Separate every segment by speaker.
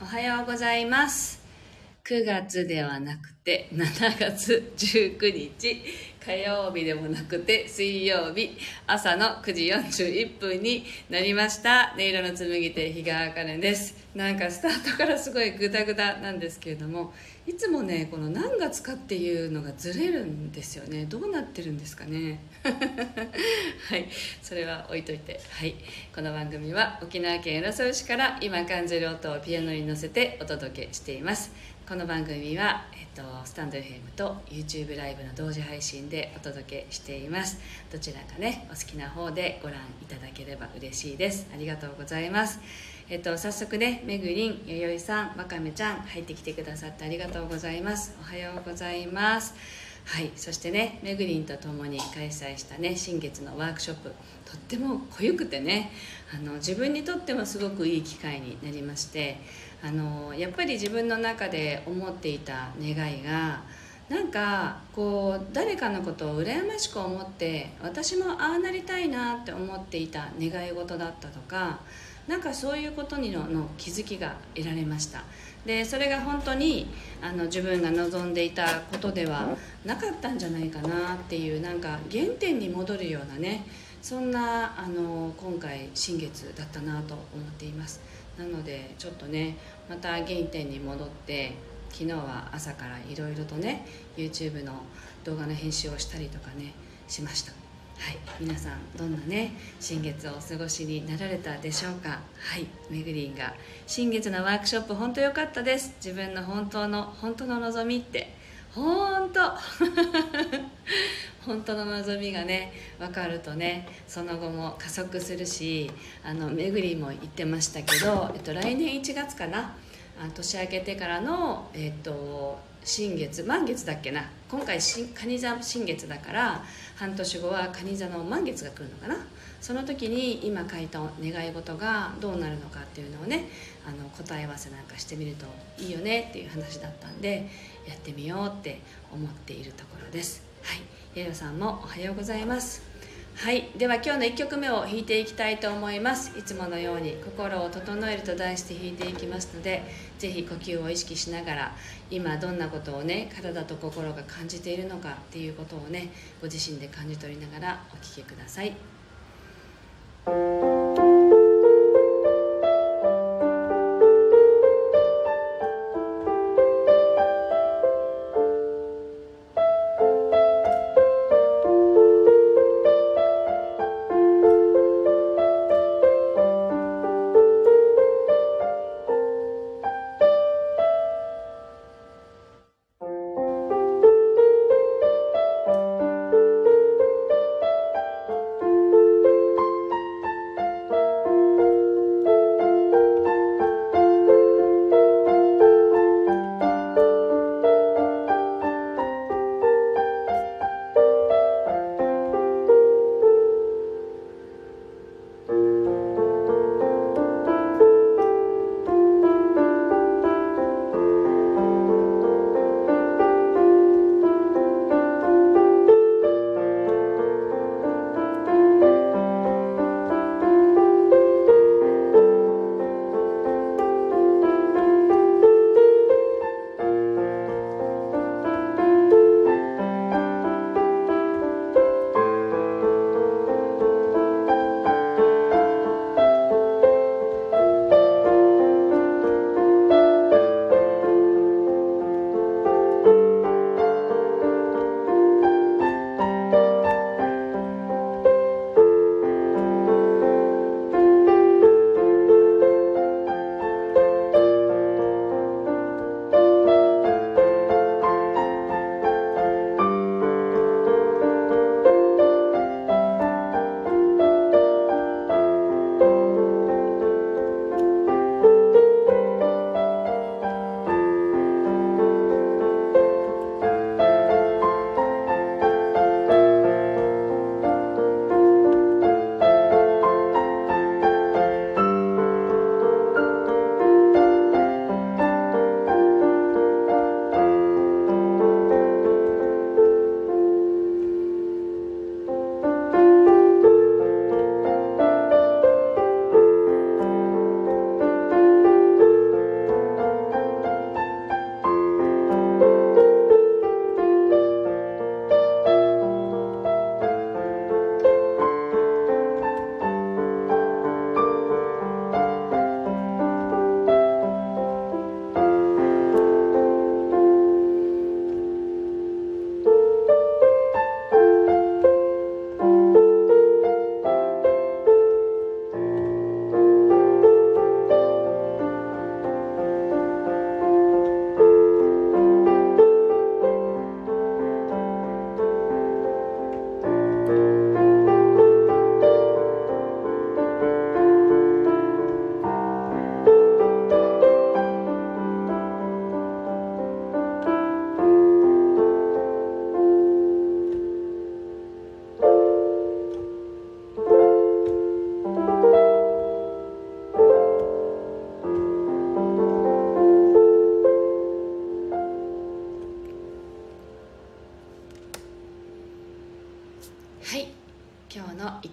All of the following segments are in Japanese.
Speaker 1: おはようございます。9月ではなくて7月19日火曜日でもなくて水曜日朝の9時41分になりました。音色の紡手日川茜です。なんかスタートからすごいグダグダなんですけれども、いつもねこの何月かっていうのがずれるんですよね。どうなってるんですかねはい、それは置いといて、はい、この番組は沖縄県浦添市から今感じる音をピアノに乗せてお届けしています。この番組は、スタンド FM と YouTube ライブの同時配信でお届けしています。どちらかねお好きな方でご覧いただければ嬉しいです。ありがとうございます。早速ね、めぐりん、よよいさん、わかめちゃん入ってきてくださってありがとうございます。おはようございます。はい、そしてね、めぐりんとともに開催したね新月のワークショップ、とっても濃ゆくてね、自分にとってもすごくいい機会になりまして、やっぱり自分の中で思っていた願いがなんかこう誰かのことを羨ましく思って私もああなりたいなって思っていた願い事だったとか、なんかそういうことにの気づきが得られました。でそれが本当に自分が望んでいたことではなかったんじゃないかなっていう、なんか原点に戻るようなね、そんな今回新月だったなと思っています。なのでちょっとねまた原点に戻って、昨日は朝からいろいろとね YouTube の動画の編集をしたりとかねしました。はい、皆さんどんなね新月をお過ごしになられたでしょうか。はい、めぐりんが新月のワークショップ本当良かったです。自分の本当の望みって本当本当の望みがね分かるとね、その後も加速するし、めぐりも言ってましたけど、来年1月かな、年明けてからの新月満月だっけな、今回蟹座新月だから半年後は蟹座の満月が来るのかな。その時に今書いた願い事がどうなるのかっていうのをね答え合わせなんかしてみるといいよねっていう話だったんで、やってみようって思っているところです。はい、やよさんもおはようございます。はい、では今日の1曲目を弾いていきたいと思います。いつものように心を整えると題して弾いていきますので、ぜひ呼吸を意識しながら今どんなことをね体と心が感じているのかっていうことをねご自身で感じ取りながらお聴きください。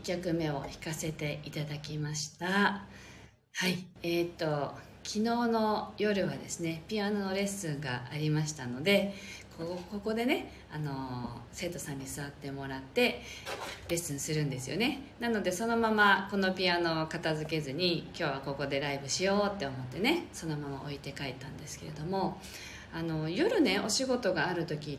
Speaker 1: 曲目を弾かせていただきました。はい、昨日の夜はですね、ピアノのレッスンがありましたので、ここでね、生徒さんに座ってもらってレッスンするんですよね。なのでそのままこのピアノを片付けずに、今日はここでライブしようって思ってね、そのまま置いて帰ったんですけれども、夜ねお仕事がある時って、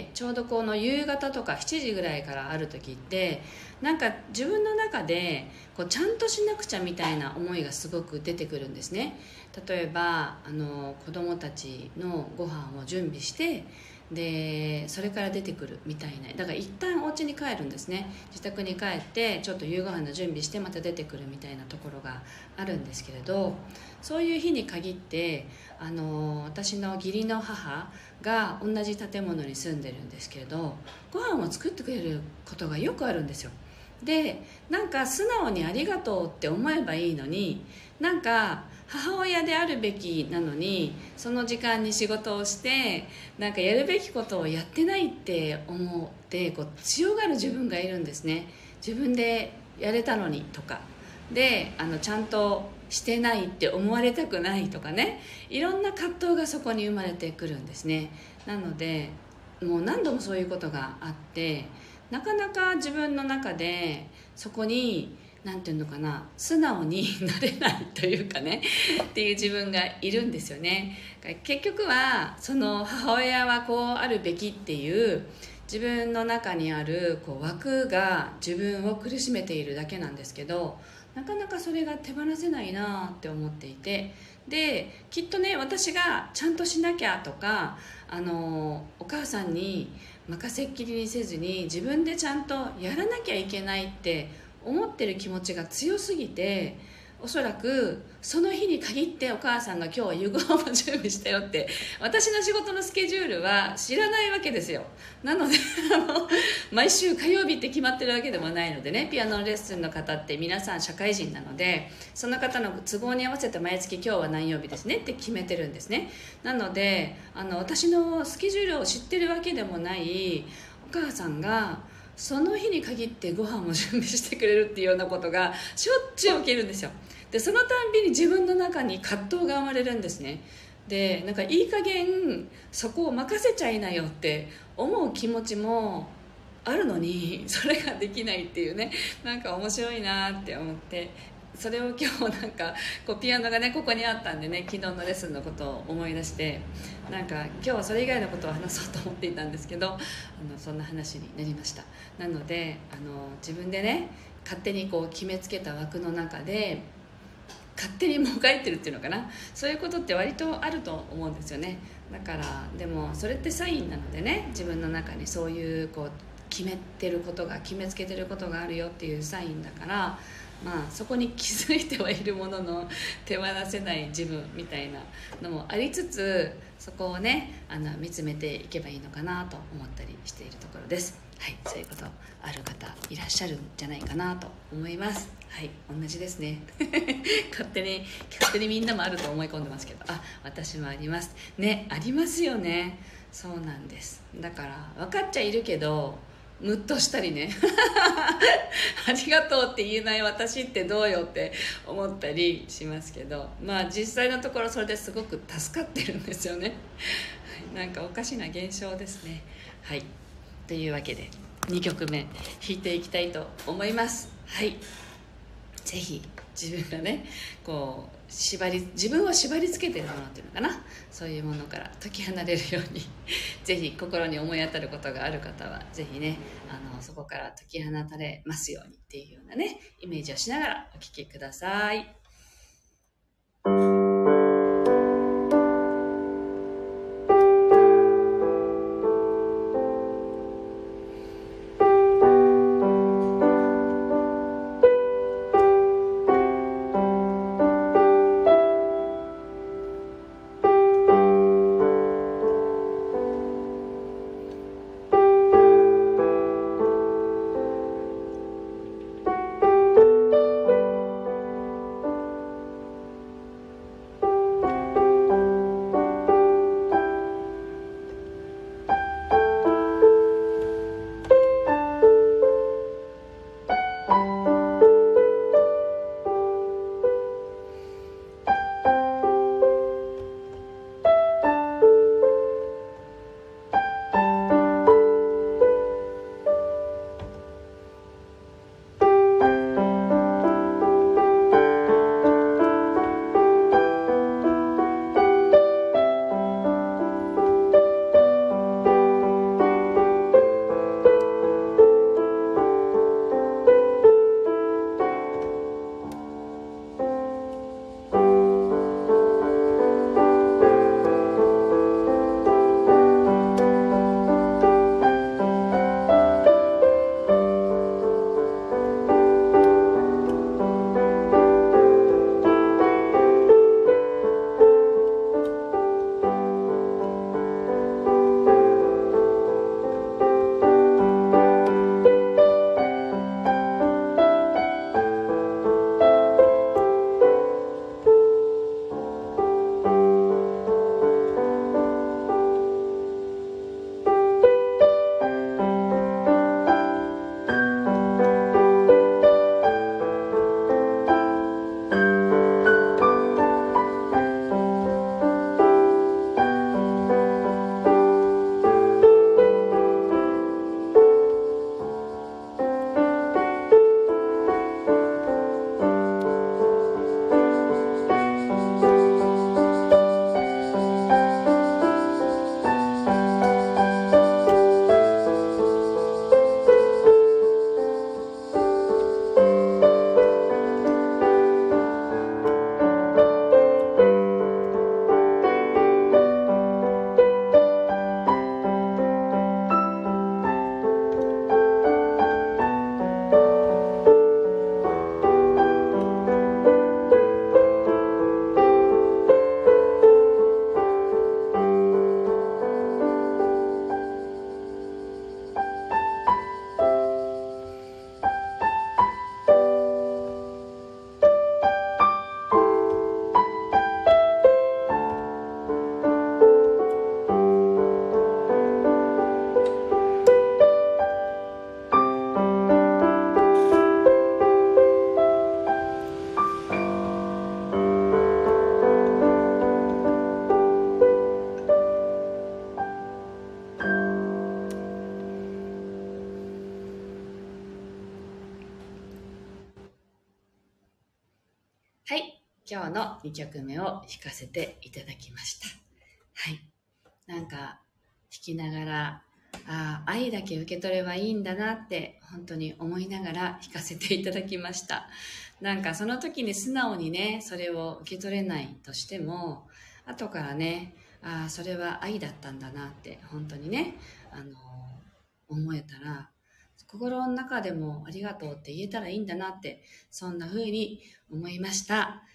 Speaker 1: ちょうどこの夕方とか7時ぐらいからある時って、なんか自分の中でこうちゃんとしなくちゃみたいな思いがすごく出てくるんですね。例えば子供たちのご飯を準備して、でそれから出てくるみたいな、だから一旦お家に帰るんですね。自宅に帰ってちょっと夕ご飯の準備してまた出てくるみたいなところがあるんですけれど、そういう日に限って私の義理の母が同じ建物に住んでるんですけれど、ご飯を作ってくれることがよくあるんですよ。でなんか素直にありがとうって思えばいいのに、なんか母親であるべきなのにその時間に仕事をして、なんかやるべきことをやってないって思ってこう強がる自分がいるんですね。自分でやれたのにとかで、ちゃんとしてないって思われたくないとかね、いろんな葛藤がそこに生まれてくるんですね。なのでもう何度もそういうことがあって、なかなか自分の中でそこになんていうのかな、素直になれないというかねっていう自分がいるんですよね。結局はその母親はこうあるべきっていう自分の中にあるこう枠が自分を苦しめているだけなんですけど、なかなかそれが手放せないなって思っていて、できっとね、私がちゃんとしなきゃとかお母さんに任せっきりにせずに自分でちゃんとやらなきゃいけないって思ってる気持ちが強すぎて、おそらくその日に限ってお母さんが今日は夕ご飯を準備したよって私の仕事のスケジュールは知らないわけですよ。なので毎週火曜日って決まってるわけでもないのでね、ピアノのレッスンの方って皆さん社会人なので、その方の都合に合わせて毎月今日は何曜日ですねって決めてるんですね。なので私のスケジュールを知ってるわけでもないお母さんがその日に限ってご飯を準備してくれるっていうようなことがしょっちゅう起きるんですよ。でそのたんびに自分の中に葛藤が生まれるんですね。でなんかいい加減そこを任せちゃいなよって思う気持ちもあるのに、それができないっていうね、なんか面白いなって思って、それを今日なんかこうピアノがねここにあったんでね、昨日のレッスンのことを思い出して、なんか今日はそれ以外のことを話そうと思っていたんですけど、そんな話になりました。なので自分でね勝手にこう決めつけた枠の中で勝手にもがいてるっていうのかな、そういうことって割とあると思うんですよね。だからでもそれってサインなのでね、自分の中にそういうこう決めてることが、決めつけてることがあるよっていうサインだから、まあそこに気づいてはいるものの手放せない自分みたいなのもありつつ、そこをね見つめていけばいいのかなと思ったりしているところです。はい、そういうことある方いらっしゃるんじゃないかなと思います。はい、同じですね勝手にみんなもあると思い込んでますけど、あ、私もありますね。ありますよね。そうなんです。だから分かっちゃいるけどムッとしたりねありがとうって言えない私ってどうよって思ったりしますけど、まあ実際のところそれですごく助かってるんですよねなんかおかしな現象ですね。はい、というわけで2曲目弾いていきたいと思います。はい、ぜひ自分がねこう自分を縛り付けてるものっていうのかな、そういうものから解き放れるようにぜひ心に思い当たることがある方はぜひねそこから解き放たれますようにっていうようなねイメージをしながらお聴きください。 今日の2曲目を弾かせていただきました。はい。なんか弾きながら、愛だけ受け取ればいいんだなって本当に思いながら弾かせていただきました。なんかその時に素直にね、それを受け取れないとしても、後からね、それは愛だったんだなって本当にね、思えたら、心の中でもありがとうって言えたらいいんだなって、そんな風に思いました。はい。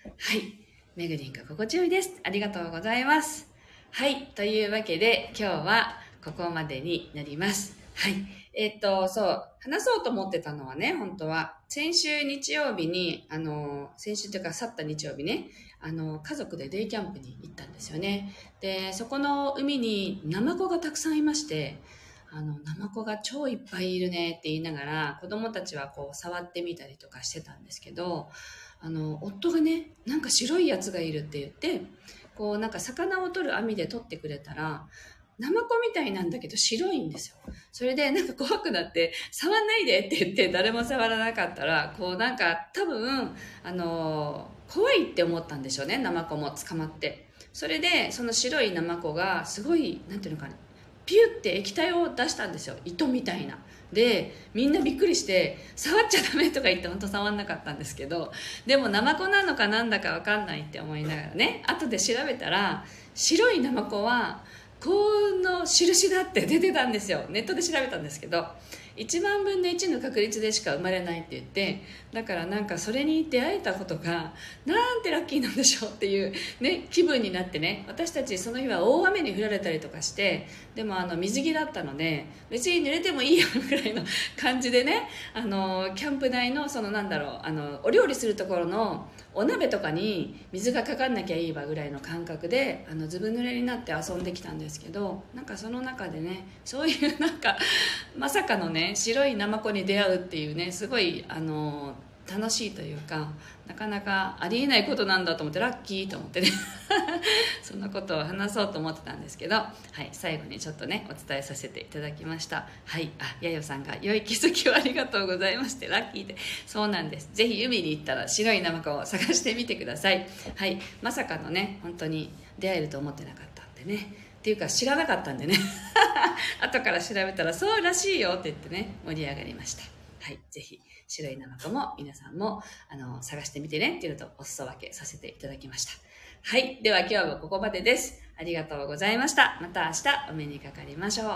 Speaker 1: めぐりんが心地よいです。ありがとうございます。はい。というわけで、今日はここまでになります。はい。そう、話そうと思ってたのはね、本当は、先週日曜日に、先週というか去った日曜日ね、家族でデイキャンプに行ったんですよね。で、そこの海にナマコがたくさんいまして、ナマコが超いっぱいいるねって言いながら、子供たちはこう触ってみたりとかしてたんですけど、夫がね、なんか白いやつがいるって言って、こうなんか魚を取る網で取ってくれたら、ナマコみたいなんだけど白いんですよ。それでなんか怖くなって、触んないでって言って誰も触らなかったら、こうなんか多分、怖いって思ったんでしょうね、ナマコも捕まって。それで、その白いナマコがすごい、なんていうのかな、ピュって液体を出したんですよ、糸みたいな。でみんなびっくりして触っちゃダメとか言って本当触んなかったんですけど、でもナマコなのかなんだか分かんないって思いながらね、後で調べたら白いナマコは幸運の印だって出てたんですよ。ネットで調べたんですけど、1万分の1の確率でしか生まれないって言って、だからなんかそれに出会えたことがなんてラッキーなんでしょうっていうね、気分になってね、私たちその日は大雨に降られたりとかして、でも水着だったので別に濡れてもいいよぐらいの感じでね、キャンプ内のそのなんだろう、お料理するところのお鍋とかに水がかかんなきゃいいわぐらいの感覚でずぶ濡れになって遊んできたんですけど、なんかその中でね、そういうなんかまさかのね、白いナマコに出会うっていうね、すごい楽しいというか、なかなかありえないことなんだと思ってラッキーと思ってねそんなことを話そうと思ってたんですけど、はい、最後にちょっとねお伝えさせていただきました。はい、やよさんが良い気づきをありがとうございまして、ラッキーで、そうなんです。ぜひ海に行ったら白いナマコを探してみてください。はい、まさかのね、本当に出会えると思ってなかったんでね、っていうか知らなかったんでね後から調べたらそうらしいよって言ってね、盛り上がりました。はい、ぜひ白いナマコも皆さんも探してみてねっていうのとお裾分けさせていただきました。はい、では今日はここまでです。ありがとうございました。また明日お目にかかりましょう。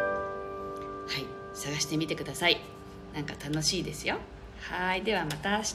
Speaker 1: 探してみてください。なんか楽しいですよ。はい、ではまた明日。